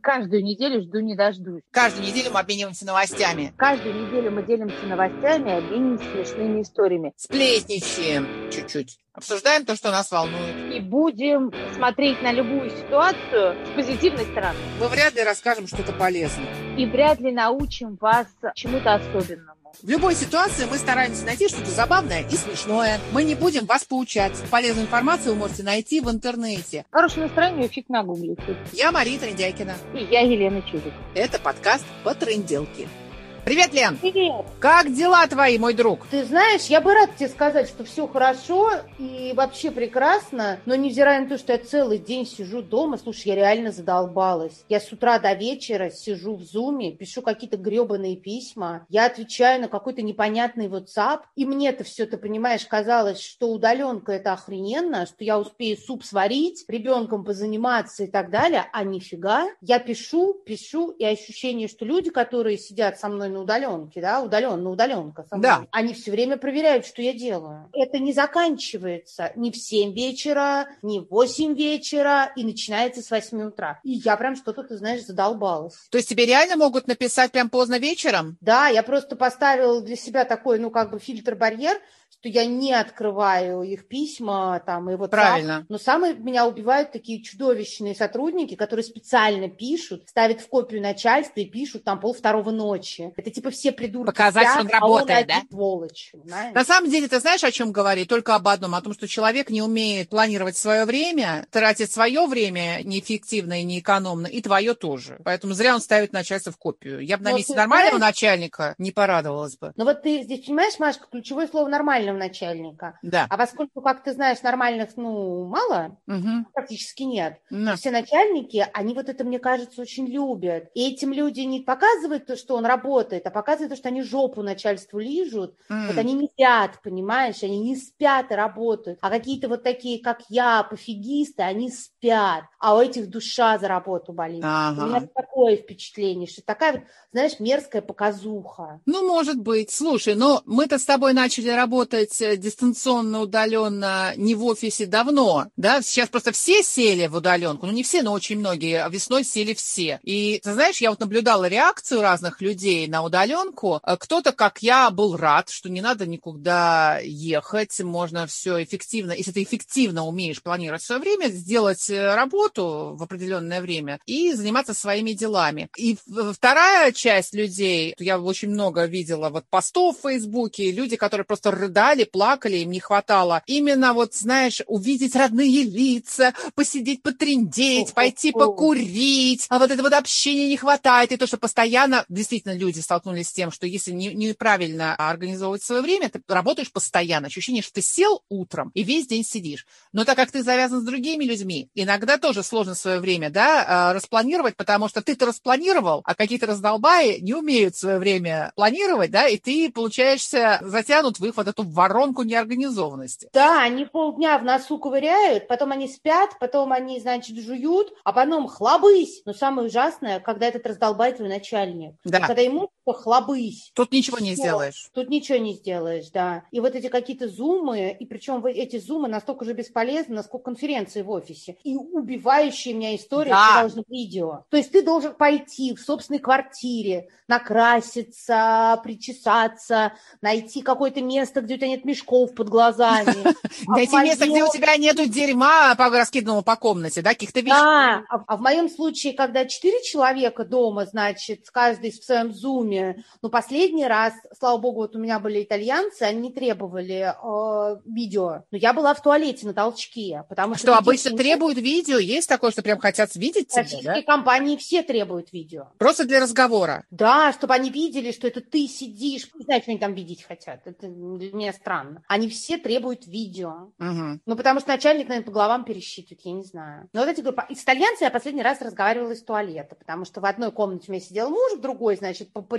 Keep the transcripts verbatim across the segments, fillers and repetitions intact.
Каждую неделю жду не дождусь. Каждую неделю мы обмениваемся новостями. Каждую неделю мы делимся новостями и обмениваемся смешными историями. Сплетничаем чуть-чуть. Обсуждаем то, что нас волнует. И будем смотреть на любую ситуацию с позитивной стороны. Мы вряд ли расскажем что-то полезное. И вряд ли научим вас чему-то особенному. В любой ситуации мы стараемся найти что-то забавное и смешное. Мы не будем вас поучать. Полезную информацию вы можете найти в интернете. Хорошее настроение фиг нагуглите. Я Мария Трендяйкина. И я Елена Чудик. Это подкаст по тренделке. Привет, Лен! Привет! Как дела твои, мой друг? Ты знаешь, я бы рада тебе сказать, что все хорошо и вообще прекрасно, но невзирая на то, что я целый день сижу дома, слушай, я реально задолбалась. Я с утра до вечера сижу в зуме, пишу какие-то гребаные письма, я отвечаю на какой-то непонятный WhatsApp, и мне-то все, ты понимаешь, казалось, что удаленка это охрененно, что я успею суп сварить, ребенком позаниматься и так далее, а нифига. Я пишу, пишу, и ощущение, что люди, которые сидят со мной на удаленке, да, удаленно, удаленка со мной, да. Они все время проверяют, что я делаю. Это не заканчивается ни в семь вечера, ни в восемь вечера, и начинается с восьми утра. И я прям что-то, ты знаешь, задолбалась. То есть тебе реально могут написать прям поздно вечером? Да, я просто поставила для себя такой, ну, как бы фильтр-барьер, что я не открываю их письма, там, и вот Правильно. Но самые меня убивают такие чудовищные сотрудники, которые специально пишут, ставят в копию начальства и пишут там полвторого ночи. Это типа все придурки показать, спят, что он работает, а он да? сволочь, понимаешь? На самом деле, ты знаешь, о чем говорит? Только об одном, о том, что человек не умеет планировать свое время, тратит свое время неэффективно и неэкономно, и твое тоже. Поэтому зря он ставит начальство в копию. Я бы на Но месте ты нормального знаешь... начальника не порадовалась бы. Ну вот ты здесь понимаешь, Машка, ключевое слово нормального начальника. Да. А поскольку, как ты знаешь, нормальных, ну, мало, угу. практически нет, Да. все начальники, они вот это, мне кажется, очень любят. И этим люди не показывают то, что он работает, а показывают то, что они жопу начальству лижут. Mm. Вот они не спят, понимаешь, они не спят и работают. А какие-то вот такие, как я, пофигисты, они спят. А у этих душа за работу болит. Ага. У меня такое впечатление, что такая вот, знаешь, мерзкая показуха. Ну, может быть. Слушай, но мы-то с тобой начали работать дистанционно, удаленно, не в офисе давно, да? Сейчас просто все сели в удаленку. Ну, не все, но очень многие. А весной сели все. И, ты знаешь, я вот наблюдала реакцию разных людей на удаленку. Кто-то, как я, был рад, что не надо никуда ехать. Можно все эффективно, если ты эффективно умеешь планировать свое время, сделать работу в определенное время и заниматься своими делами. И вторая часть людей, я очень много видела вот постов в Фейсбуке, люди, которые просто рыдали, плакали, им не хватало именно вот, знаешь, увидеть родные лица, посидеть, потрындеть, пойти покурить, а вот это вот общения не хватает, и то, что постоянно, действительно, люди столкнулись с тем, что если не, неправильно организовывать свое время, ты работаешь постоянно, ощущение, что ты сел утром и весь день сидишь. Но так как ты завязан с другими людьми, иногда тоже сложно свое время, да, распланировать, потому что ты-то распланировал, а какие-то раздолбаи не умеют свое время планировать, да, и ты получаешься затянут в их вот эту воронку неорганизованности. Да, они полдня в носу ковыряют, потом они спят, потом они, значит, жуют, а потом хлобысь. Но самое ужасное, когда этот раздолбай твой начальник. Да. Когда ему хлобысь. Тут ничего Все. не сделаешь. Тут ничего не сделаешь, да. И вот эти какие-то зумы, и причем эти зумы настолько же бесполезны, насколько конференции в офисе. И убивающая меня история, да. что должно видео. То есть ты должен пойти в собственной квартире, накраситься, причесаться, найти какое-то место, где у тебя нет мешков под глазами. Найти место, где у тебя нету дерьма раскиданного по комнате, да, каких-то вещей. Да, а в моем случае, когда четыре человека дома, значит, каждый в своем зуме, но последний раз, слава богу, вот у меня были итальянцы, они не требовали э, видео, но я была в туалете на толчке, потому что... Что, обычно требуют видео? Есть такое, что прям хотят видеть тебя, российские да? компании все требуют видео. Просто для разговора? Да, чтобы они видели, что это ты сидишь. Не знаю, что они там видеть хотят. Это для меня странно. Они все требуют видео. Угу. Ну, потому что начальник, наверное, по головам пересчитывает, я не знаю. Но вот эти с итальянцами я последний раз разговаривала из туалета, потому что в одной комнате у меня сидел муж, в другой, значит, по, по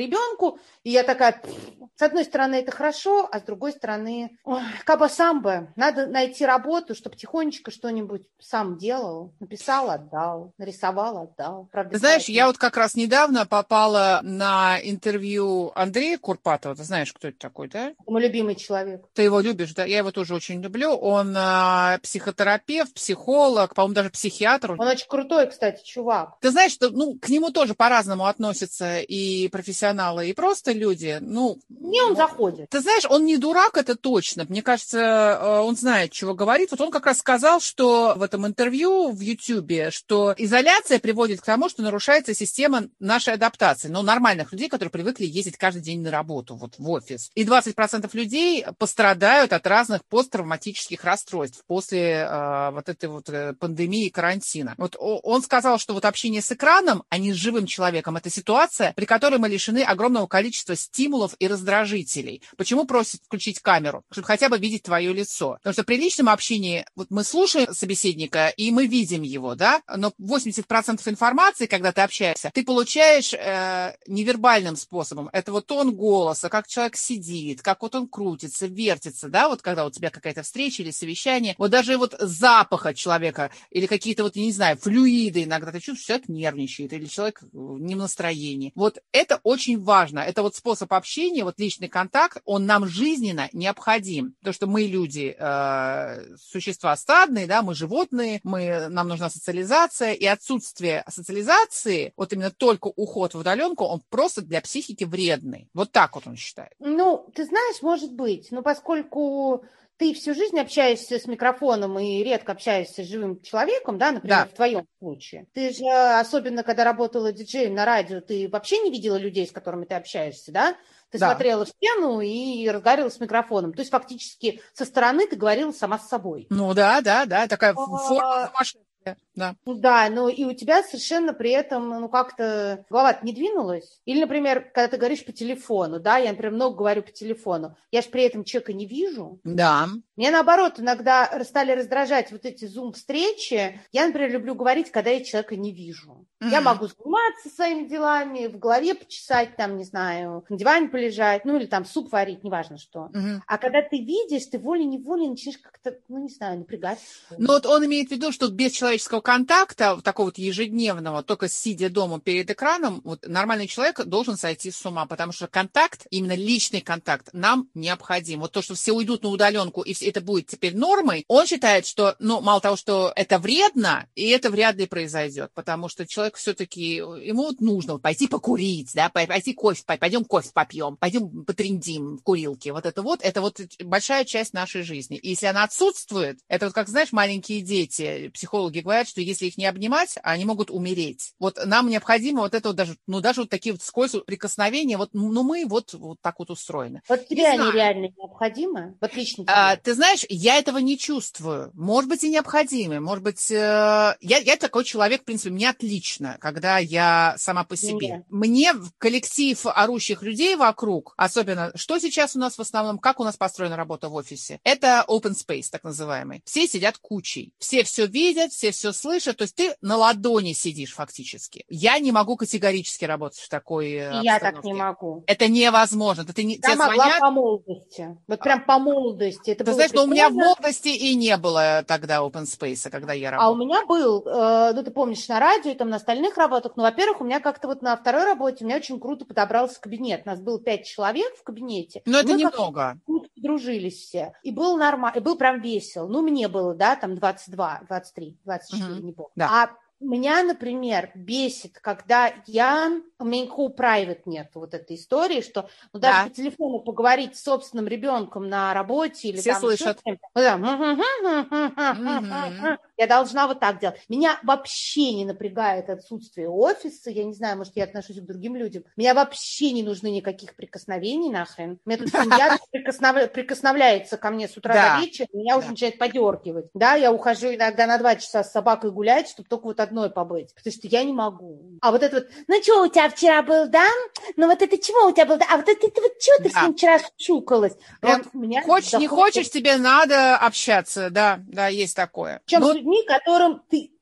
ребенку, и я такая, с одной стороны, это хорошо, а с другой стороны, ой, каба-самба, надо найти работу, чтобы тихонечко что-нибудь сам делал, написал, отдал, нарисовал, отдал. Правда, знаешь, сайт я вот как раз недавно попала на интервью Андрея Курпатова, ты знаешь, кто это такой, да? Мой любимый человек. Ты его любишь, да? Я его тоже очень люблю. Он а, психотерапевт, психолог, по-моему, даже психиатр. Он очень крутой, кстати, чувак. Ты знаешь, что ну, к нему тоже по-разному относятся и профессионалы, и просто люди. Ну, Мне он заходит. Ты знаешь, он не дурак, это точно. Мне кажется, он знает, чего говорит. Вот он как раз сказал, что в этом интервью в Ютьюбе, что изоляция приводит к тому, что нарушается система нашей адаптации. Ну, нормальных людей, которые привыкли ездить каждый день на работу, вот в офис. И двадцать процентов людей пострадают от разных посттравматических расстройств после э, вот этой вот пандемии и карантина. Вот он сказал, что вот общение с экраном, а не с живым человеком, это ситуация, при которой мы лишены огромного количества стимулов и раздражителей. Почему просят включить камеру? Чтобы хотя бы видеть твое лицо. Потому что при личном общении вот мы слушаем собеседника, и мы видим его, да, но восемьдесят процентов информации, когда ты общаешься, ты получаешь э, невербальным способом. Это вот тон голоса, как человек сидит, как вот он крутится, вертится, да, вот когда у тебя какая-то встреча или совещание. Вот даже вот запаха человека или какие-то вот, я не знаю, флюиды иногда ты чувствуешь, человек нервничает или человек не в настроении. Вот это очень важно. Это вот способ общения, вот личный контакт, он нам жизненно необходим. Потому что мы люди, э, существа стадные, да, мы животные, мы, нам нужна социализация, и отсутствие социализации, вот именно только уход в удаленку, он просто для психики вредный. Вот так вот он считает. Ну, ты знаешь, может быть, но поскольку ты всю жизнь общаешься с микрофоном и редко общаешься с живым человеком, да, например, Да. в твоем случае. Ты же, особенно когда работала диджеем на радио, ты вообще не видела людей, с которыми ты общаешься, да? Ты Да. смотрела в стену и разговаривала с микрофоном. То есть фактически со стороны ты говорила сама с собой. Ну да, да, да, такая форма сумасшествия. Да. Да, но и у тебя совершенно при этом, ну, как-то голова не двинулась. Или, например, когда ты говоришь по телефону, да, я, например, много говорю по телефону, я же при этом человека не вижу. Да. Мне, наоборот, иногда стали раздражать вот эти зум-встречи. Я, например, люблю говорить, когда я человека не вижу. Mm-hmm. Я могу заниматься своими делами, в голове почесать, там, не знаю, на диване полежать, ну, или там суп варить, неважно что. Mm-hmm. А когда ты видишь, ты волей-неволей начинаешь как-то, ну, не знаю, напрягаться. Ну, вот он имеет в виду, что без человеческого контакта, такого вот ежедневного, только сидя дома перед экраном, вот нормальный человек должен сойти с ума, потому что контакт, именно личный контакт, нам необходим. Вот то, что все уйдут на удаленку, и это будет теперь нормой, он считает, что, ну, мало того, что это вредно, и это вряд ли произойдет, потому что человек все-таки, ему вот нужно вот пойти покурить, да, пойти кофе, пойдем кофе попьем, пойдем потрендим в курилке. Вот это вот, это вот большая часть нашей жизни. И если она отсутствует, это вот, как знаешь, маленькие дети, психологи говорят, что если их не обнимать, они могут умереть. Вот нам необходимо вот это вот даже, ну, даже вот такие вот скользкие прикосновения, вот, ну, мы вот, вот так вот устроены. Вот тебе они реально необходимы? Вот лично тебе? А, ты знаешь, я этого не чувствую. Может быть, и необходимы. Может быть, э, я, я такой человек, в принципе, мне отлично, когда я сама по себе. Нет. Мне коллектив орущих людей вокруг, особенно, что сейчас у нас в основном, как у нас построена работа в офисе, это open space, так называемый. Все сидят кучей. Все все видят, все все слышат. То есть ты на ладони сидишь фактически. Я не могу категорически работать в такой обстановке. Я так не могу. Это невозможно. Это не, я могла звонят... по молодости. Вот прям по молодости. Это ты знаешь, что у меня в молодости и не было тогда open space, когда я работала. А у меня был, э, ну ты помнишь, на радио и там на остальных работах, ну, во-первых, у меня как-то вот на второй работе у меня очень круто подобрался кабинет. У нас было пять человек в кабинете. Но это немного. Мы подружились все. И было нормально, и было прям весело. Ну, мне было, да, там двадцать два, двадцать три, двадцать четыре, угу. Не помню. Да. А меня, например, бесит, когда я... У меня никакого private нет вот этой истории, что ну, даже да. по телефону поговорить с собственным ребенком на работе или все там... слышат. Я должна вот так делать. Меня вообще не напрягает отсутствие офиса. Я не знаю, может, я отношусь к другим людям. Меня вообще не нужны никаких прикосновений нахрен. У меня тут семья прикоснов... прикосновляется ко мне с утра да. до вечера, меня да. уже начинает подергивать. Да, я ухожу иногда на два часа с собакой гулять, чтобы только вот одной побыть. Потому что я не могу. А вот это вот, ну что у тебя вчера был, да? Ну вот это чего у тебя был, да? А вот это, это вот что ты да. с ним вчера шучукалась? Вот хочешь, не хочешь, тебе надо общаться. Да, да, есть такое. Причем Но... с людьми, которым ты... ты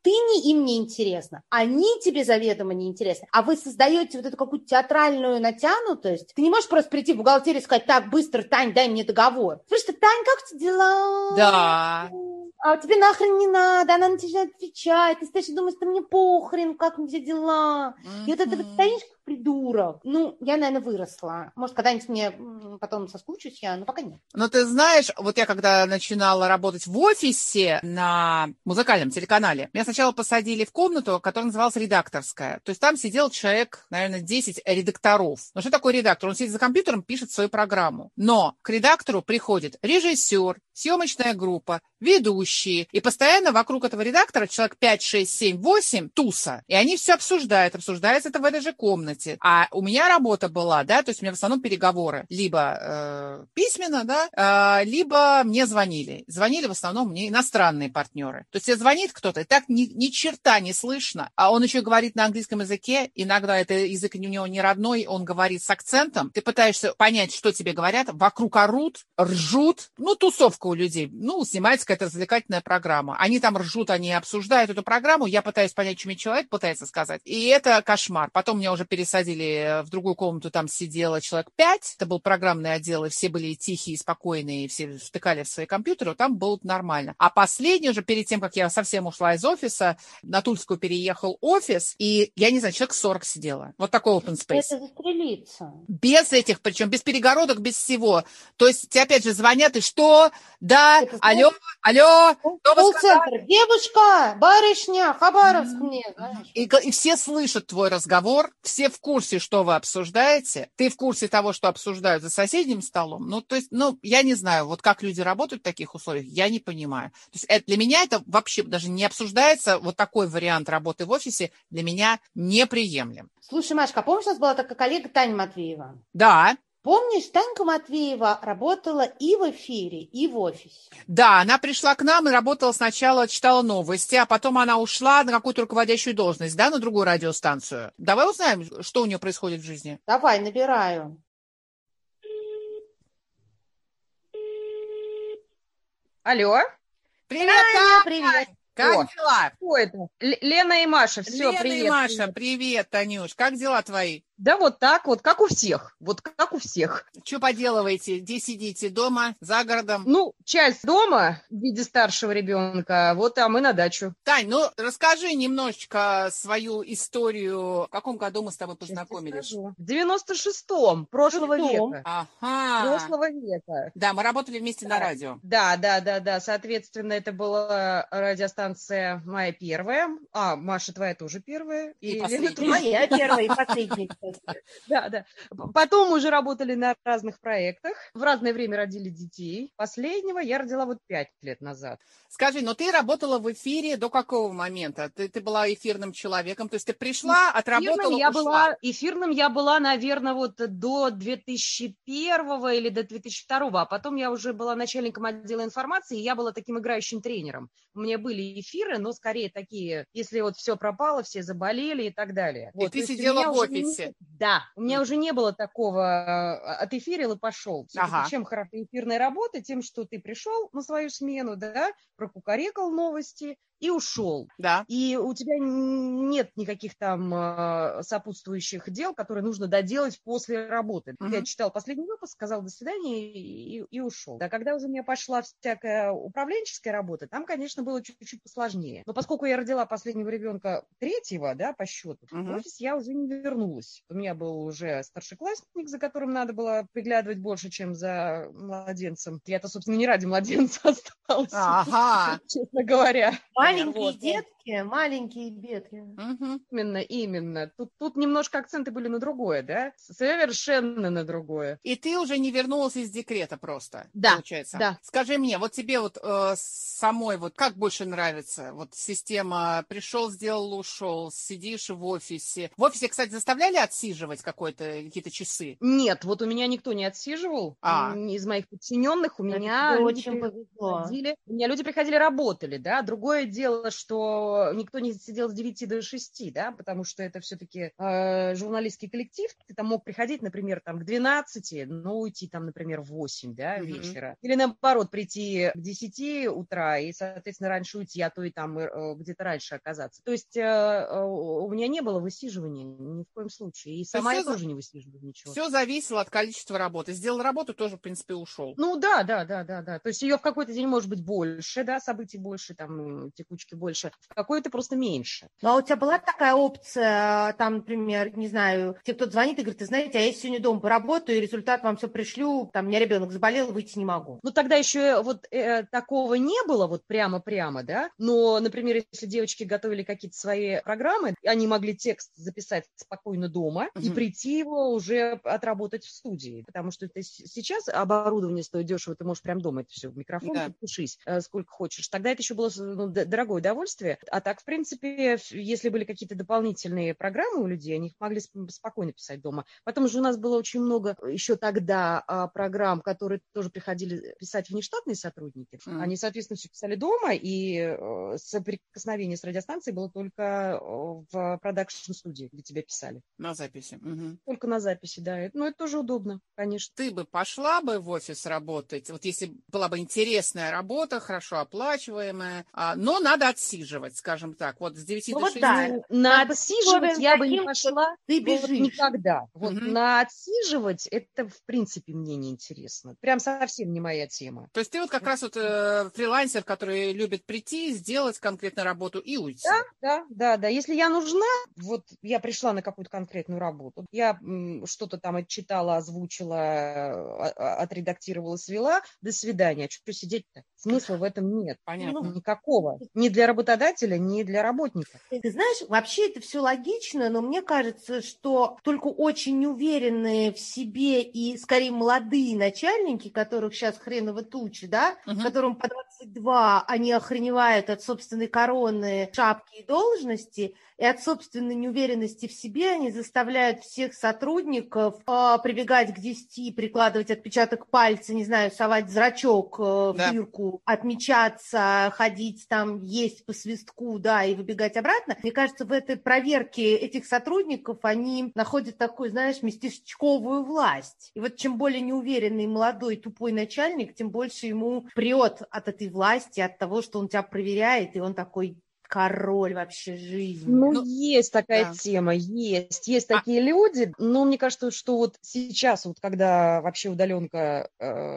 ты не, им не интересна, они тебе заведомо не интересны, а вы создаете вот эту какую-то театральную натянутость. Ты не можешь просто прийти в бухгалтерию и сказать: так, быстро, Тань, дай мне договор. Слушай, Тань, как у тебя дела? Да. А тебе нахрен не надо, она на тебя отвечает, ты стоишь и думаешь: да мне похрен, как у тебя дела. Mm-hmm. И вот это вот стоишь как придурок. Ну, я, наверное, выросла. Может, когда-нибудь мне потом соскучусь я, но пока нет. Но ты знаешь, вот я когда начинала работать в офисе на музыкальном телеканале, меня сначала посадили в комнату, которая называлась редакторская. То есть там сидел человек, наверное, десять редакторов. Ну, что такое редактор? Он сидит за компьютером, пишет свою программу. Но к редактору приходит режиссер, съемочная группа, ведущие. И постоянно вокруг этого редактора человек пять, шесть, семь, восемь туса. И они все обсуждают. Обсуждается это в этой же комнате. А у меня работа была, да, то есть у меня в основном переговоры. Либо э, письменно, да, э, либо мне звонили. Звонили в основном мне иностранные партнеры. То есть тебе звонит кто-то, и так ни, ни черта не слышно. А он еще говорит на английском языке. Иногда это язык у него не родной, он говорит с акцентом. Ты пытаешься понять, что тебе говорят. Вокруг орут, ржут. Ну, тусовка у людей. Ну, снимается какая-то развлекательная программа. Они там ржут, они обсуждают эту программу. Я пытаюсь понять, что мне человек пытается сказать. И это кошмар. Потом меня уже пересадили в другую комнату, там сидело человек пять. Это был программный отдел, и все были тихие, спокойные, все втыкали в свои компьютеры. Там было нормально. А последний уже, перед тем, как я совсем ушла из офиса, на Тульскую переехал офис, и, я не знаю, человек сорок сидело. Вот такой open space. Это застрелиться. Без этих, причем без перегородок, без всего. То есть тебе опять же звонят, и что? Да, это алло, алло. Колл-центр. Девушка, барышня, Хабаровск mm-hmm. мне, знаешь. И, и все слышат твой разговор, все в курсе, что вы обсуждаете. Ты в курсе того, что обсуждают за соседним столом. Ну, то есть, ну, я не знаю, вот как люди работают в таких условиях, я не понимаю. То есть это, для меня это вообще даже не обсуждается. Вот такой вариант работы в офисе для меня неприемлем. Слушай, Машка, а помнишь, у нас была такая коллега Таня Матвеева? Да. Помнишь, Танька Матвеева работала и в эфире, и в офисе? Да, она пришла к нам и работала сначала, читала новости, а потом она ушла на какую-то руководящую должность, да, на другую радиостанцию. Давай узнаем, что у нее происходит в жизни. Давай, набираю. Алло. Привет, Таня, привет. Как О, дела? Кто это? Л- Лена и Маша. Все, Лена привет. и Маша, привет. привет, Танюш. Как дела твои? Да вот так вот, как у всех. Вот как у всех. Что поделываете? Где сидите? Дома? За городом? Ну, часть дома в виде старшего ребенка, вот, а мы на дачу. Тань, ну расскажи немножечко свою историю. В каком году мы с тобой познакомились? В девяносто шестом, прошлого Шестом. века. Ага. Прошлого века. Да, мы работали вместе Да. на радио. Да, да, да, да. Соответственно, это была радиостанция моя первая. А, Маша, твоя тоже первая. И Лена последняя. тоже. Моя первая и последняя. Да, да. Потом уже работали на разных проектах. В разное время родили детей. Последнего я родила вот пять лет назад. Скажи, но ты работала в эфире до какого момента? Ты, ты была эфирным человеком, то есть ты пришла, отработала, Эфирным я ушла. была, эфирным я была, наверное, вот до две тысячи первого или до две тысячи второго, а потом я уже была начальником отдела информации, и я была таким играющим тренером. У меня были эфиры, но скорее такие, если вот все пропало, все заболели и так далее. И Вот, ты то есть у сидела меня в уже офисе. не- Да, у меня Мгм. уже не было такого э, отэфирил и пошел. Всё-таки Ага. чем хороша эфирная работа? Тем, что ты пришел на свою смену, да, прокукарекал новости и ушел. Да. И у тебя н- нет никаких там э, сопутствующих дел, которые нужно доделать после работы. Мгм. Я читал последний выпуск, сказал до свидания и, и- и ушел. Да, когда уже у меня пошла всякая управленческая работа, там, конечно, было чуть-чуть посложнее. Но поскольку я родила последнего ребенка третьего, да, по счету, Мгм. в офис я уже не вернулась. У меня был уже старшеклассник, за которым надо было приглядывать больше, чем за младенцем. Я-то, собственно, не ради младенца осталась, Ага. честно говоря. Маленькие Вот. детки, маленькие бедки. Мгм. Именно, именно. Тут, тут немножко акценты были на другое, да? Совершенно на другое. И ты уже не вернулась из декрета просто, Да, получается. да. Скажи мне, вот тебе вот э, самой вот как больше нравится? Вот система пришел, сделал, ушел, сидишь в офисе. В офисе, кстати, заставляли отсиживать какой-то, какие-то часы? Нет, вот у меня никто не отсиживал. А. М, Из моих подчиненных у Это меня тебе люди очень повезло. приходили. У меня люди приходили, работали, да. Другое дело, что никто не сидел с девяти до шести, да, потому что это все-таки э, журналистский коллектив. Ты там мог приходить, например, там, к двенадцати, но уйти, там, например, в восемь, да, вечера. Mm-hmm. Или, наоборот, прийти к десяти утра и, соответственно, раньше уйти, а то и там э, где-то раньше оказаться. То есть э, э, у меня не было высиживания ни в коем случае. И сама я тоже не высиживала ничего. Все зависело от количества работы. Сделал работу, тоже, в принципе, ушел. Ну да, да, да, да, да. То есть ее в какой-то день может быть больше, да, событий больше, там, текучки больше, в какой-то просто меньше. Ну, а у тебя была такая опция, там, например, не знаю, тебе кто-то звонит и говорит, ты знаете, а я сегодня дома поработаю, и результат вам все пришлю, там, у меня ребенок заболел, выйти не могу. Ну, тогда еще вот э, такого не было, вот прямо-прямо, да, но, например, если девочки готовили какие-то свои программы, они могли текст записать спокойно дома угу. и прийти его уже отработать в студии, потому что это сейчас оборудование стоит дешево, ты можешь прям дома это все в микрофон да. подпишись, э, сколько хочешь. Тогда это еще было ну, дорогое удовольствие, а так, в принципе, если были какие-то дополнительные программы у людей, они их могли спокойно писать дома. Потом же у нас было очень много еще тогда а, программ, которые тоже приходили писать внештатные сотрудники. Mm. Они, соответственно, все писали дома, и э, соприкосновение с радиостанцией было только в продакшн-студии, где тебя писали. На записи. Угу. Только на записи, да. Но это тоже удобно, конечно. Ты бы пошла бы в офис работать, вот если была бы интересная работа, хорошо оплачиваемая, а, но надо отсиживать, скажем так, вот с девяти ну, до вот шести. Да. На отсиживать я бы не пошла ты бежишь. Вот никогда. Вот угу. на отсиживать это, в принципе, мне неинтересно. Прям совсем не моя тема. То есть ты вот как раз вот э, фрилансер, который любит прийти, сделать конкретную работу и уйти. Да, да, да, да. Если я нужна, вот я пришла на какую-то конкретную работу, я м, что-то там отчитала, озвучила, отредактировала, свела, до свидания. Что сидеть-то? Смысла в этом нет. Понятно. Ну, никакого. Ни для работодателя, ни для работника. Ты знаешь, вообще это все логично, но мне кажется, что только очень неуверенные в себе и, скорее, молодые начальники, которых сейчас хреново тучи, да, угу. которым по двадцать два, они охреневают от собственной короны, шапки и должности, и от собственной неуверенности в себе они заставляют всех сотрудников э, прибегать к десяти, прикладывать отпечаток пальца, не знаю, совать зрачок э, в да. дырку, отмечаться, ходить там, есть по свистку, да, и выбегать обратно. Мне кажется, в этой проверке этих сотрудников они находят такую, знаешь, местечковую власть. И вот чем более неуверенный, молодой, тупой начальник, тем больше ему прет от этой власти, от того, что он тебя проверяет, и он такой... король вообще жизни. Ну, ну есть такая да. тема, есть. Есть а... такие люди, но мне кажется, что вот сейчас, вот когда вообще удаленка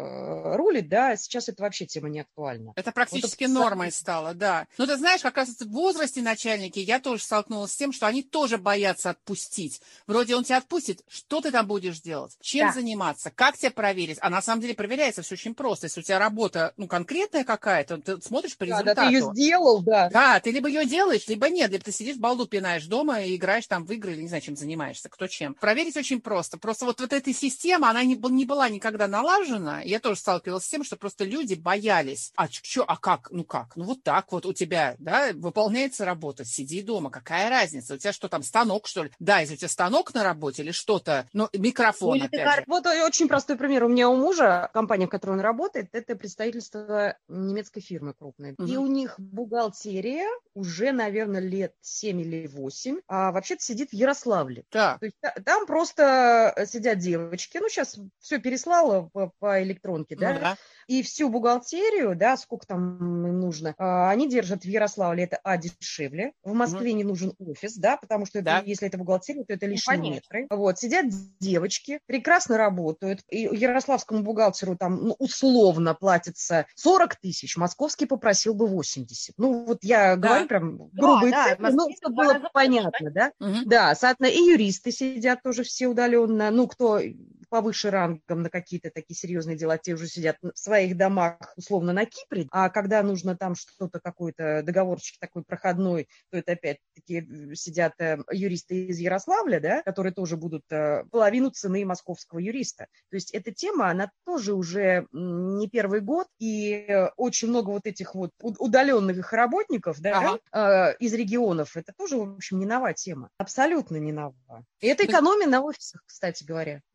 э, рулит, да, сейчас это вообще тема не актуальна. Это практически вот нормой это... стало, да. Но ты знаешь, как раз в возрасте начальники, я тоже столкнулась с тем, что они тоже боятся отпустить. Вроде он тебя отпустит, что ты там будешь делать? Чем да. заниматься? Как тебя проверить? А на самом деле проверяется все очень просто. Если у тебя работа, ну, конкретная какая-то, ты смотришь по результату. Да, да, ты ее сделал, да. Да, ты либо ее делаешь, либо нет, либо ты сидишь, балду пинаешь дома и играешь там в игры, или не знаю, чем занимаешься, кто чем. Проверить очень просто. Просто вот, вот эта система, она не, не была никогда налажена. Я тоже сталкивалась с тем, что просто люди боялись. А что, а как? Ну как? Ну вот так вот у тебя, да, выполняется работа, сиди дома, какая разница? У тебя что там, станок, что ли? Да, если у тебя станок на работе или что-то, ну, микрофон, или опять же. Вот очень простой пример. У меня у мужа, компания, в которой он работает, это представительство немецкой фирмы крупной. Угу. И у них бухгалтерия уже, наверное, лет семь или восемь, а вообще-то сидит в Ярославле. Да. То есть, там просто сидят девочки, ну, сейчас все переслала по, по электронке, да? Ну, да, и всю бухгалтерию, да, сколько там им нужно, они держат в Ярославле, это, а, дешевле, в Москве mm-hmm. не нужен офис, да, потому что да. это, если это бухгалтерия, то это лишние ну, метры. Вот, сидят девочки, прекрасно работают, и ярославскому бухгалтеру там, ну, условно платится сорок тысяч, московский попросил бы восемьдесят. Ну, вот я да. говорю прям грубые да, цифры, да, ну, чтобы было раза понятно, да. Mm-hmm. Да, соответственно, и юристы сидят тоже все удаленно, ну, кто повыше рангом на какие-то такие серьезные дела, те уже сидят в своих домах, условно, на Кипре, а когда нужно там что-то, какой-то договорчик такой проходной, то это опять-таки сидят юристы из Ярославля, да, которые тоже будут половину цены московского юриста. То есть эта тема, она тоже уже не первый год, и очень много вот этих вот удаленных работников, да, ага. из регионов, это тоже, в общем, не новая тема. Абсолютно не новая. И это экономия на офисах, кстати говоря. Да,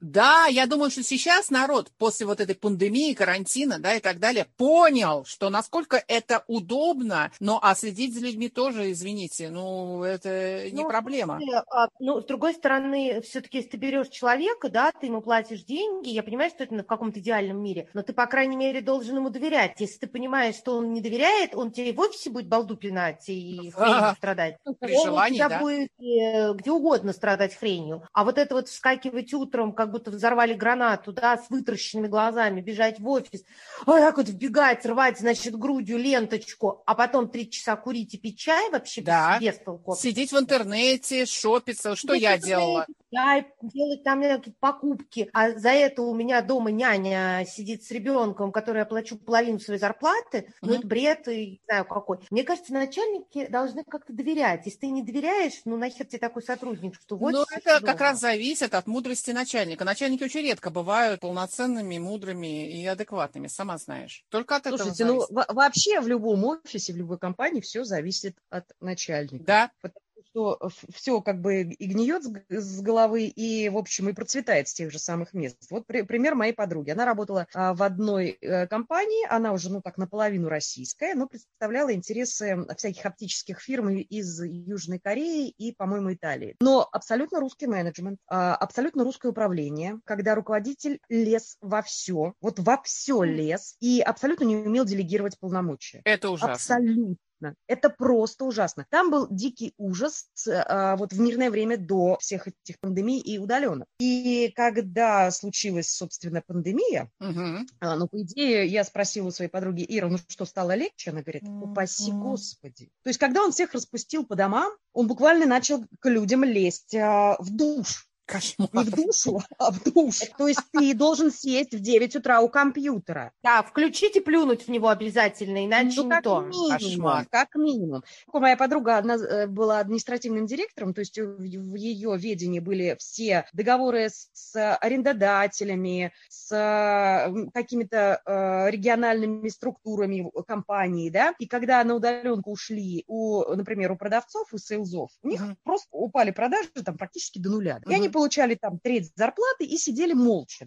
Да, я думаю, что сейчас народ после вот этой пандемии, карантина, да, и так далее, понял, что насколько это удобно, но а следить за людьми тоже, извините, ну, это не Ну, проблема. слушай, а, ну, с другой стороны, все-таки, если ты берешь человека, да, ты ему платишь деньги, я понимаю, что это в каком-то идеальном мире, но ты, по крайней мере, должен ему доверять. Если ты понимаешь, что он не доверяет, он тебе и в офисе будет балду пинать и хренью А, страдать. При Он у желании, тебя да. будет э, где угодно страдать хренью. А вот это вот вскакивать утром, как будто взорвали гранату, да, с вытращенными глазами, бежать в офис, вот так вот вбегать, рвать, значит, грудью ленточку, а потом три часа курить и пить чай вообще Да. без, без толку. Сидеть в интернете, шопиться, что Сидеть я в интернете, делала? чай, делать там какие-то покупки, а за это у меня дома няня сидит с ребенком, который я плачу половину своей зарплаты, ну, Мгм. это бред, и не знаю какой. Мне кажется, начальники должны как-то доверять. Если ты не доверяешь, ну, нахер тебе такой сотрудник, что в Ну, офисе это всё как дома. раз зависит от мудрости начальника. Начальники очень редко бывают полноценными, мудрыми и адекватными, сама знаешь. Только от этого Слушайте, ну зависит. во- вообще в любом офисе, в любой компании все зависит от начальника. Да. Потому что все как бы и гниет с г- с головы, и, в общем, и процветает с тех же самых мест. Вот при- пример моей подруги. Она работала а, в одной э, компании, она уже, ну, так, наполовину российская, но представляла интересы всяких оптических фирм и- из Южной Кореи и, по-моему, Италии. Но абсолютно русский менеджмент, а, абсолютно русское управление, когда руководитель лез во все, вот во все лез, и абсолютно не умел делегировать полномочия. Это ужасно. Абсолютно. Это просто ужасно. Там был дикий ужас а, вот в мирное время до всех этих пандемий и удаленок. И когда случилась, собственно, пандемия, Мгм. а, ну, по идее, я спросила у своей подруги: Ира, ну что, стало легче? Она говорит: упаси Мгм. Господи. То есть, когда он всех распустил по домам, он буквально начал к людям лезть а, в душ. Кошмар. Не в душу, а в душ. То есть ты должен сесть в девять утра у компьютера. Да, включить и плюнуть в него обязательно, иначе Ну, не как то. минимум, Кошмар. как минимум. Моя подруга одна э, была административным директором, то есть в в ее ведении были все договоры с, с арендодателями, с э, м, какими-то э, региональными структурами компании, да, и когда на удаленку ушли, у, например, у продавцов, у сейлзов, у них Мгм. просто упали продажи там практически до нуля. И они Мгм. получали там треть зарплаты и сидели молча.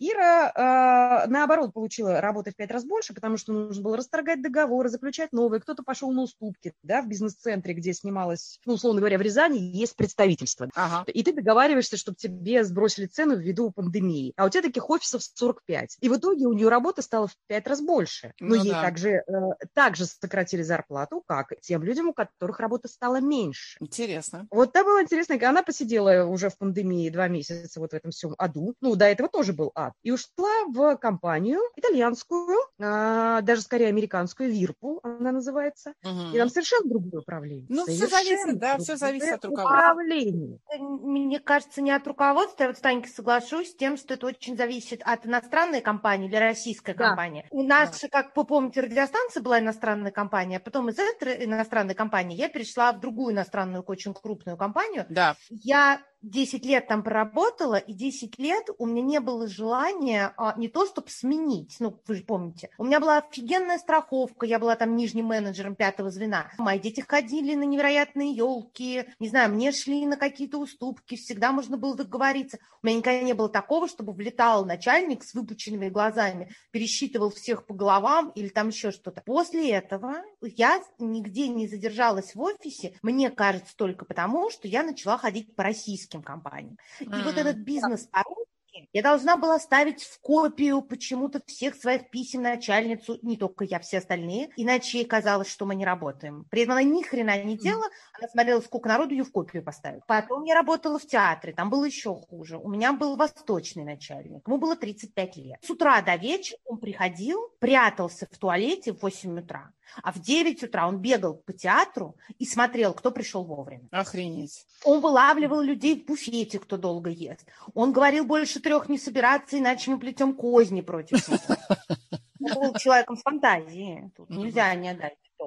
Ира, э, наоборот, получила работы в пять раз больше, потому что нужно было расторгать договоры, заключать новые. Кто-то пошел на уступки, да, в бизнес-центре, где снималась, ну, условно говоря, вРязани есть представительство. Ага. И ты договариваешься, чтобы тебе сбросили цену ввиду пандемии. А у тебя таких офисов сорок пять. И в итоге у нее работы стало в пять раз больше. Но Ну ей да. также, э, также сократили зарплату, как и тем людям, у которых работы стало меньше. Интересно. Вот там было интересно, она посидела уже в пандемии два месяца вот в этом всем аду. Ну, до этого тоже был ад. И ушла в компанию итальянскую, а, даже скорее американскую, Вирпул она называется. Мгм. И там совершенно другое управление. Ну, все зависит, Совершенно да, все зависит другое от руководства. управление. Это, мне кажется, не от руководства. Я вот с Танькой соглашусь с тем, что это очень зависит от иностранной компании или российской Да. компании. У нас, как вы помните, радиостанция была иностранная компания, а потом из этой иностранной компании я перешла в другую иностранную, очень крупную компанию. Да. Я десять лет там проработала, и десять лет у меня не было желания а, не то, чтобы сменить, ну, вы же помните. У меня была офигенная страховка, я была там нижним менеджером пятого звена. Мои дети ходили на невероятные елки, не знаю, мне шли на какие-то уступки, всегда можно было договориться. У меня никогда не было такого, чтобы влетал начальник с выпученными глазами, пересчитывал всех по головам или там еще что-то. После этого я нигде не задержалась в офисе, мне кажется, только потому, что я начала ходить по российским компаниям. И М. вот этот бизнес по-русски я должна была ставить в копию почему-то всех своих писем начальницу, не только я, все остальные, иначе ей казалось, что мы не работаем. При этом она ни хрена не делала, она смотрела, сколько народу ее в копию поставить. Потом я работала в театре, там было еще хуже. У меня был восточный начальник, ему было тридцать пять лет. С утра до вечера он приходил, прятался в туалете в восемь утра, а в девять утра он бегал по театру и смотрел, кто пришел вовремя. Охренеть. Он вылавливал людей в буфете, кто долго ест. Он говорил, больше трех не собираться, иначе мы плетем козни против него. Он был человеком с фантазией. Тут нельзя не отдать.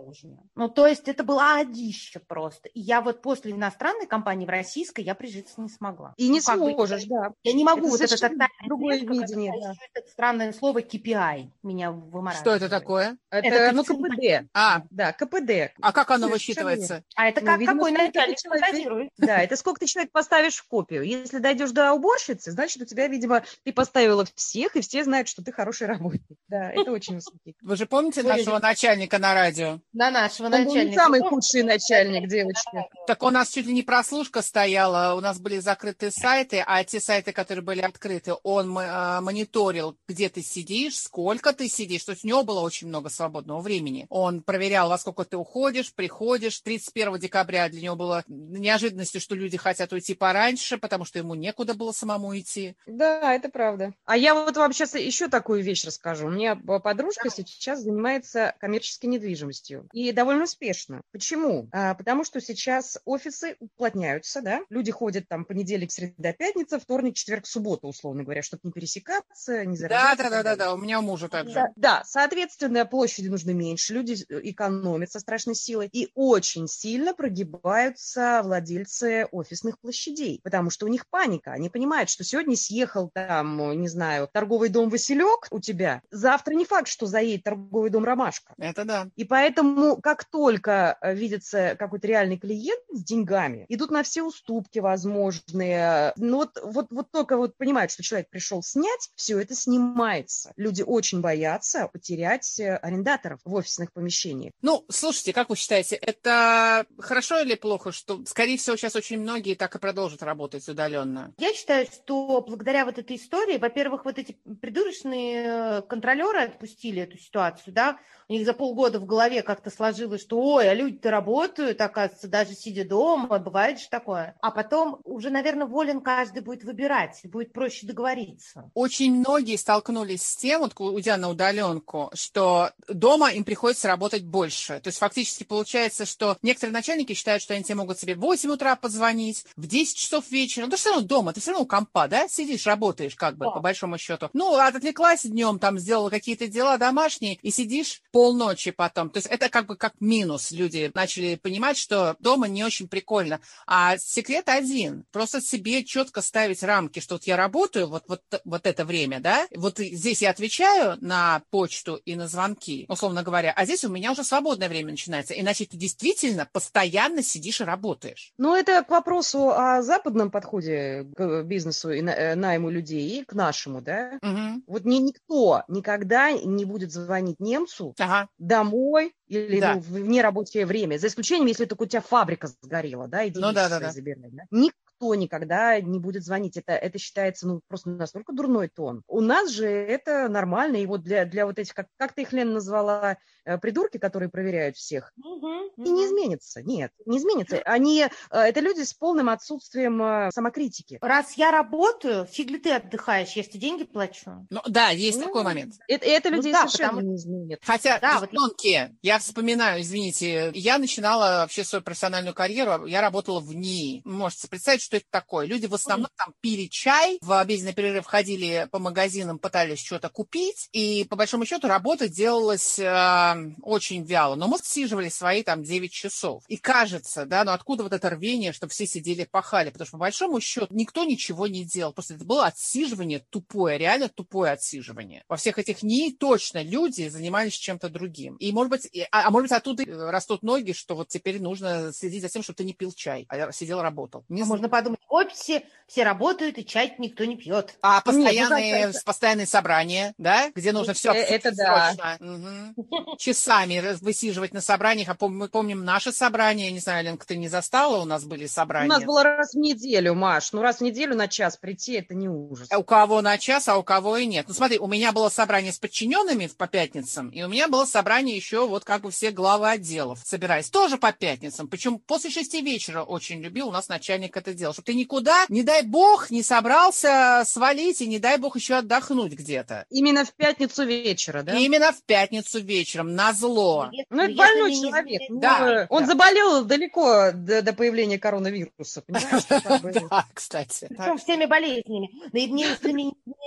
уже. Ну, то есть это была одища просто. И я вот после иностранной компании в российской я прижиться не смогла. И не ну, как сможешь, бы, да. Я не могу это вот это тотальное другое резко, видение. Да. Это странное слово кей пи ай меня вымораживает. Что это такое? Это, это ну, ка пэ дэ. А, Да, ка пэ дэ. а как оно Слушай, высчитывается? А это Ну, как, видимо, какой сколько начальник ты человек- фантазирует? Да, это сколько ты человек поставишь в копию. Если дойдешь до уборщицы, значит, у тебя, видимо, ты поставила всех, и все знают, что ты хороший работник. Да, это очень высокий. Вы же помните Ой, нашего я- начальника на радио? На нашего Он был не начальника. самый Ну, худший начальник, девочки. Так у нас чуть ли не прослушка стояла, у нас были закрытые сайты, а те сайты, которые были открыты, он э, мониторил, где ты сидишь, сколько ты сидишь, то есть у него было очень много свободного времени. Он проверял, во сколько ты уходишь, приходишь. тридцать первого декабря для него было неожиданностью, что люди хотят уйти пораньше, потому что ему некуда было самому идти. Да, это правда. А я вот вам сейчас еще такую вещь расскажу. У меня подружка сейчас занимается коммерческой недвижимостью. И довольно успешно. Почему? А, потому что сейчас офисы уплотняются, да? Люди ходят там понедельник, среда, пятница, вторник, четверг, суббота, условно говоря, чтобы не пересекаться, не Да, заражаться. да, да, да, да, у меня у мужа так же. Да, да, соответственно, площади нужно меньше, люди экономят со страшной силой. И очень сильно прогибаются владельцы офисных площадей, потому что у них паника. Они понимают, что сегодня съехал там, не знаю, торговый дом Василек у тебя, завтра не факт, что заедет торговый дом Ромашка. Это да. И поэтому, как только видится какой-то реальный клиент с деньгами, идут на все уступки возможные. Ну вот, вот, вот только вот понимают, что человек пришел снять, все это снимается. Люди очень боятся потерять арендаторов в офисных помещениях. Ну, слушайте, как вы считаете, это хорошо или плохо, что, скорее всего, сейчас очень многие так и продолжат работать удаленно? Я считаю, что благодаря вот этой истории, во-первых, вот эти придурочные контролеры отпустили эту ситуацию, да, у них за полгода в голове как-то сложилось, что ой, а люди-то работают, оказывается, даже сидя дома, бывает же такое. А потом уже, наверное, волен каждый будет выбирать, будет проще договориться. Очень многие столкнулись с тем, вот уйдя на удаленку, что дома им приходится работать больше. То есть фактически получается, что некоторые начальники считают, что они тебе могут себе в восемь утра позвонить, в десять часов вечера. Ну, ты все равно дома, ты все равно у компа, да, сидишь, работаешь как бы, Да. по большому счету. Ну, отвлеклась днем, там, сделала какие-то дела домашние, и сидишь полночи потом. То есть это как бы как минус. Люди начали понимать, что дома не очень прикольно. А секрет один. Просто себе четко ставить рамки, что вот я работаю вот, вот, вот это время, да, вот здесь я отвечаю на почту и на звонки, условно говоря, а здесь у меня уже свободное время начинается. Иначе ты действительно постоянно сидишь и работаешь. Ну, это к вопросу о западном подходе к бизнесу и найму людей и к нашему, да? Угу. Вот ни, никто никогда не будет звонить немцу Ага. домой или Да. ну, в нерабочее время, за исключением, если только у тебя фабрика сгорела, да, и Ну да, да, свои да. забирай, да? Никто никогда не будет звонить. Это, это считается ну, просто настолько дурной тон. У нас же это нормально. И вот для, для вот этих, как, как ты их, Лена, назвала, э, придурки, которые проверяют всех, и не изменится. Нет, не изменится. Они, э, это люди с полным отсутствием э, самокритики. Раз я работаю, фиг ли ты отдыхаешь, я тебе деньги плачу. Ну да, есть Ну, такой момент. Это, это Ну людей да, совершенно потому- не изменит. Хотя, Да, вот я- девчонки, я вспоминаю, извините, я начинала вообще свою профессиональную карьеру, я работала в НИИ. Можете представить, что это такое. Люди в основном там пили чай, в обеденный перерыв ходили по магазинам, пытались что-то купить, и по большому счету работа делалась э, очень вяло. Но мы сиживали свои там девять часов. И кажется, да, ну откуда вот это рвение, чтобы все сидели пахали? Потому что по большому счету никто ничего не делал. Просто это было отсиживание тупое, реально тупое отсиживание. Во всех этих НИИ точно люди занимались чем-то другим. И, может быть, и- а, а может быть, оттуда и растут ноги, что вот теперь нужно следить за тем, чтобы ты не пил чай, а сидел, работал. Не А знаю. можно подумать, в офисе все работают, и чай никто не пьет. А Нет, ну, постоянные, как-то- постоянные собрания, да, где нужно все Э, это да. часами раз- высиживать на собраниях. А пом- мы помним наши собрания, я не знаю, Ленка, ты не застала, у нас были У собрания. нас было раз в неделю, Маш. Ну, раз в неделю на час прийти, это не ужас. У кого на час, а у кого и нет. Ну, смотри, у меня было собрание с подчиненными по пятницам, и у меня было собрание еще вот как бы все главы отделов собирались. Тоже по пятницам. Причем после шести вечера очень любил у нас начальник это делал. Чтобы ты никуда, не дай бог, не собрался свалить, и не дай бог еще отдохнуть где-то. Именно в пятницу вечера, да? И именно в пятницу вечером, назло. Если- Ну, это если больной не- человек. Ну, Да, э, он да. заболел далеко до, до появления коронавируса, понимаешь? Как бы. Да, кстати. Причем всеми болезнями. Но и не- если не, не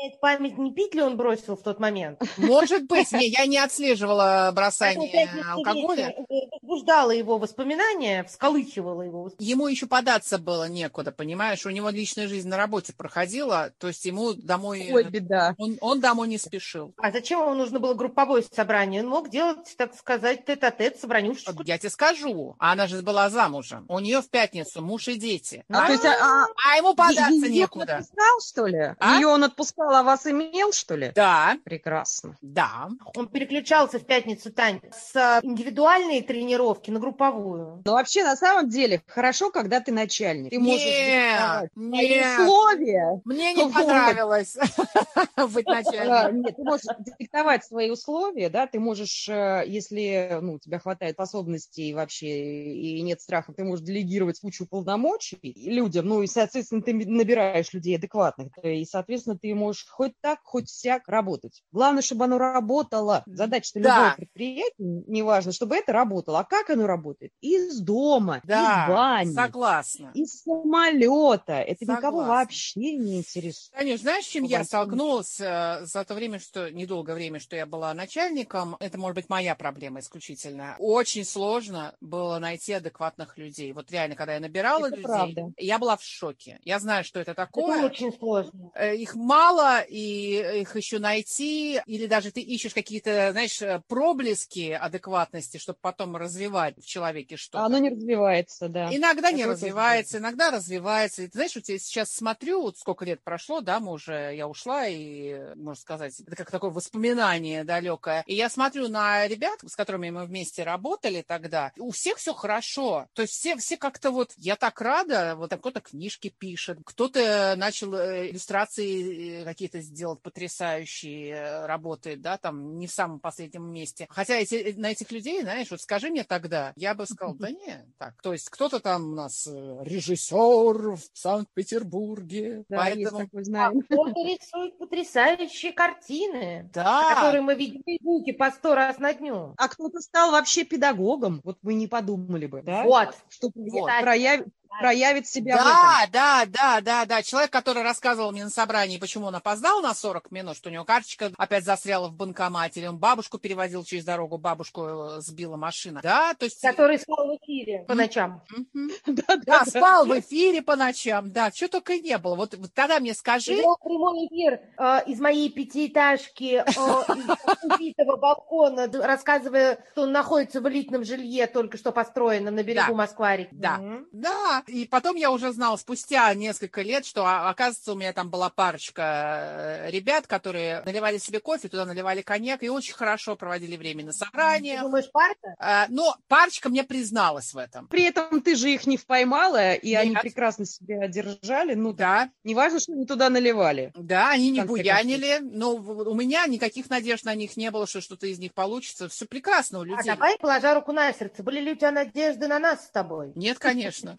изменяет память, не пить ли он бросил в тот момент? Может быть. Не, я не отслеживала Поэтому бросание пятница алкоголя. вечер, э, возбуждала его воспоминания, всколыхивала его. Ему еще податься было некуда, понимаешь? У него личная жизнь на работе проходила, то есть ему домой... Ой, беда. Он, он домой не спешил. А зачем ему нужно было групповое собрание? Он мог делать, так сказать, тет-а-тет, собранюшечку. Я тебе скажу, она же была замужем. У нее в пятницу муж и дети. А, то есть, а, а, А ему податься ее он некуда. отпускал, что ли? А? Ее он отпускал, а вас имел, что ли? Да, Прекрасно. да. Он переключался в пятницу, Тань, с индивидуальной тренировки на групповую. Но вообще, на самом деле, хорошо, когда ты начальник. Ты можешь Нет, диктовать свои нет. условия. Мне не Вот. понравилось быть А, начальником. Нет, ты можешь диктовать свои условия, да, ты можешь, э, если, ну, у тебя хватает способностей вообще и нет страха, ты можешь делегировать кучу полномочий людям, ну, и, соответственно, ты набираешь людей адекватных, и, соответственно, ты можешь хоть так, хоть сяк работать. Главное, чтобы оно работало. Задача-то Да. любого предприятия, неважно, чтобы это работало. А как оно работает? Из дома, Да, из бани, согласна. из самолета. Это никого Согласна. вообще не интересует. Танюш, знаешь, с чем я Бывает. столкнулась э, за то время, что недолгое время, что я была начальником? Это, может быть, моя проблема исключительно. Очень сложно было найти адекватных людей. Вот реально, когда я набирала Это людей, правда. я была в шоке. Я знаю, что это Это такое. очень сложно. Э, Их мало, и их еще найти, или даже ты ищешь какие-то, знаешь, э, проблески адекватности, чтобы потом развивать в человеке что-то. А оно не развивается, да. Иногда не Такое тоже развивается, иногда развивается. И ты знаешь, вот я сейчас смотрю, вот сколько лет прошло, да, мы уже, я ушла, и, можно сказать, это как такое воспоминание далекое. И я смотрю на ребят, с которыми мы вместе работали тогда, у всех все хорошо. То есть все, все как-то вот, я так рада, вот кто-то книжки пишет, кто-то начал э, иллюстрации э, какие-то сделать потрясающие, э, работает, да, там, не в самом последнем месте. Хотя эти, на этих людей, знаешь, вот скажи мне тогда, я бы сказала, да не, так. То есть кто-то там у нас э, режиссер в Санкт-Петербурге, Да, поэтому... есть такой, А знаем. кто-то рисует потрясающие картины, Да, которые мы видим в Фейсбуке по сто раз на дню. А кто-то стал вообще педагогом, вот мы не подумали бы, да? Вот. Что Вот. прояв- проявит себя в этом. да, да, да, да, да. Человек, который рассказывал мне на собрании, почему он опоздал на сорок минут, что у него карточка опять застряла в банкомате, или он бабушку перевозил через дорогу, бабушку э, сбила машина. Да, то есть... Который спал в эфире по ночам. Мгм. Да, Да, спал в эфире по ночам, да, что только и не было. Вот, вот тогда мне скажи... Вел прямой эфир э, из моей пятиэтажки, э, из убитого балкона, д- рассказывая, что он находится в элитном жилье, только что построенном на берегу Да. Москва-реки. Да, Мгм. да. И потом я уже знала спустя несколько лет, что, а, оказывается, у меня там была парочка э, ребят, которые наливали себе кофе, туда наливали коньяк и очень хорошо проводили время на Ты собраниях. думаешь, парка? А, Но парочка мне призналась в этом. При этом ты же их не впоймала, и они Нет. прекрасно себя держали. Ну, Да, неважно, что они туда наливали. да, они не В конце буянили, но в- у меня никаких надежд на них не было, что что-то из них получится. Все прекрасно у А людей. давай, положа руку на сердце, были ли у тебя надежды на нас с тобой? Нет, конечно.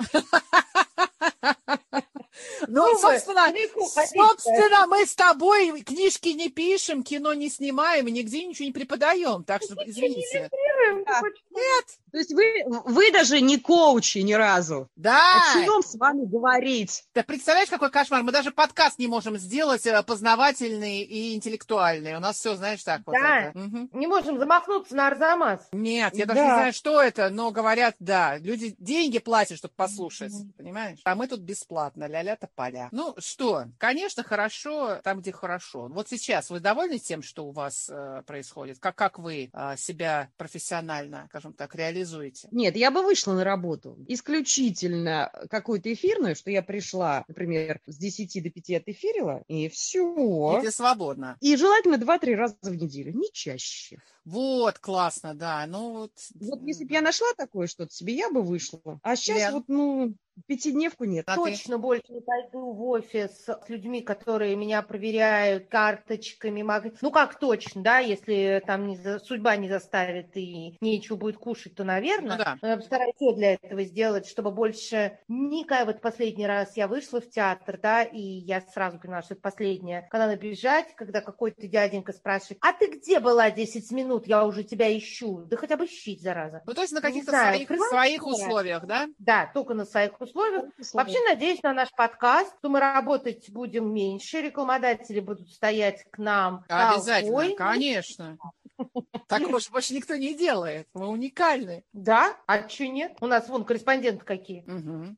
Ну, Ну, вы собственно, далеко ходить-то. собственно, мы с тобой книжки не пишем, кино не снимаем, и нигде ничего не преподаем. Так что, извините. Да. Нет. То есть вы, вы даже не коучи ни разу. Да. О чем с вами говорить? Ты представляешь, какой кошмар? Мы даже подкаст не можем сделать э, познавательный и интеллектуальный. У нас все, знаешь, так вот. Да. это. Мгм. Не можем замахнуться на Арзамас. Нет, я Да. даже не знаю, что это, но говорят, да, люди деньги платят, чтобы послушать, понимаешь? А мы тут бесплатно, ля-ля-то поля. Ну что, конечно, хорошо там, где хорошо. Вот сейчас вы довольны тем, что у вас э, происходит? Как, как вы э, себя профессионально, скажем так, реализуете? Нет, я бы вышла на работу. Исключительно какую-то эфирную, что я пришла, например, с десяти до пяти отэфирила, и все. И ты свободна. И желательно два-три раза в неделю, не чаще. Вот, классно, да. Ну вот. Вот если бы я нашла такое что-то себе, я бы вышла. А сейчас Лен? вот, ну, пятидневку нет. А ты? Точно больше не пойду в офис с людьми, которые меня проверяют карточками. маг- Ну как точно, да, если там не за- судьба не заставит и нечего будет кушать, то, наверное. Ну да. Но я постараюсь все для этого сделать, чтобы больше никогда. Вот последний раз я вышла в театр, да, и я сразу поняла, что это последнее. Когда надо бежать, когда какой-то дяденька спрашивает, а ты где была десять минут? Я уже тебя ищу. Да хотя бы ищи, зараза. Ну, то есть на Не каких-то знаю, своих, открываешь своих город? условиях, да? Да, только на своих условиях. Вообще надеюсь на наш подкаст, что мы работать будем меньше, рекламодатели будут стоять к нам. Обязательно, толпой. Конечно. Так уж больше никто не делает. Мы уникальны. Да? А что нет? У нас вон корреспонденты какие. Угу.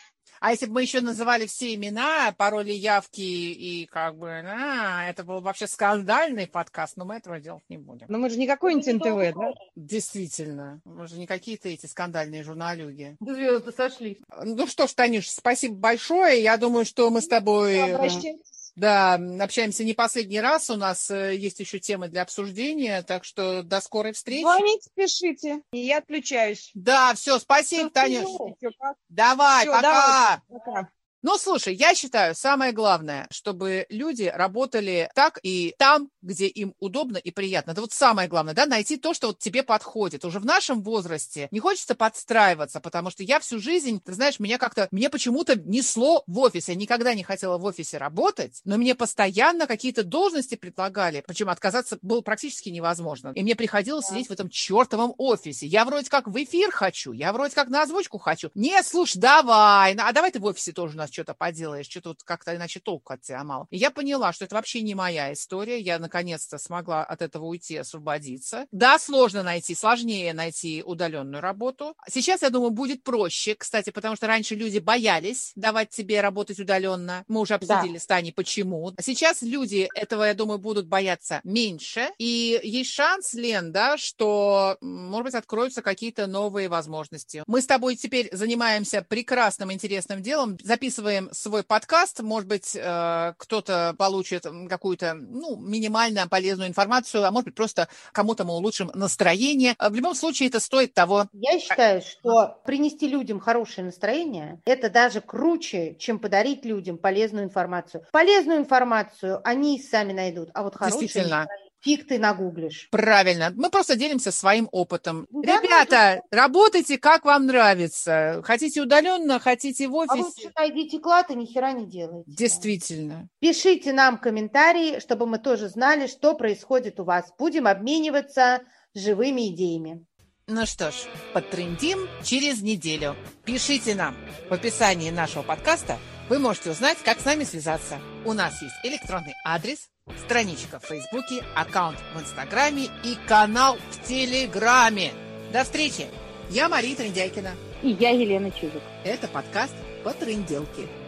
А если бы мы еще называли все имена, пароли, явки и как бы, а, это был вообще скандальный подкаст, но мы этого делать не будем. Но мы же не какой-нибудь эн тэ вэ, да? Действительно. Мы же не какие-то эти скандальные журналюги. Звезды сошлись. Ну что ж, Танюш, спасибо большое. Я думаю, что мы с тобой... Обращайтесь. Да, общаемся не последний раз, у нас есть еще темы для обсуждения, так что до скорой встречи. Звоните, пишите, и я отключаюсь. Да, все, спасибо, Танюш. Всё, пока. Давай, Всё, пока. давай, пока. Ну, слушай, я считаю, самое главное, чтобы люди работали так и там, где им удобно и приятно. Это вот самое главное, да, найти то, что вот тебе подходит. Уже в нашем возрасте не хочется подстраиваться, потому что я всю жизнь, ты знаешь, меня как-то, мне почему-то несло в офис. Я никогда не хотела в офисе работать, но мне постоянно какие-то должности предлагали, причем отказаться было практически невозможно. И мне приходилось сидеть в этом чертовом офисе. Я вроде как в эфир хочу, я вроде как на озвучку хочу. Нет, слушай, давай, а давай ты в офисе тоже у нас что-то поделаешь, что-то вот как-то иначе толку от тебя мало. И я поняла, что это вообще не моя история. Я наконец-то смогла от этого уйти, освободиться. Да, сложно найти, сложнее найти удаленную работу. Сейчас, я думаю, будет проще, кстати, потому что раньше люди боялись давать тебе работать удаленно. Мы уже обсудили Да. с Таней, почему. Сейчас люди этого, я думаю, будут бояться меньше. И есть шанс, Лен, да, что, может быть, откроются какие-то новые возможности. Мы с тобой теперь занимаемся прекрасным, интересным делом, записываем свой подкаст, может быть, кто-то получит какую-то, ну, минимально полезную информацию, а может быть, просто кому-то мы улучшим настроение. В любом случае, это стоит того. Я считаю, что принести людям хорошее настроение – это даже круче, чем подарить людям полезную информацию. Полезную информацию они сами найдут, а вот хорошее Действительно. фиг ты нагуглишь. Правильно. Мы просто делимся своим опытом. Да, Ребята, работайте, как вам нравится. Хотите удаленно, хотите в А офисе. лучше найдите клад и ни хера не делайте. Действительно. Пишите нам комментарии, чтобы мы тоже знали, что происходит у вас. Будем обмениваться живыми идеями. Ну что ж, подтрендим через неделю. Пишите нам. В описании нашего подкаста вы можете узнать, как с нами связаться. У нас есть электронный адрес, страничка в Фейсбуке, аккаунт в Инстаграме и канал в Телеграме. До встречи! Я Мария Трендяйкина. И я Елена Чижик. Это подкаст «По тренделке».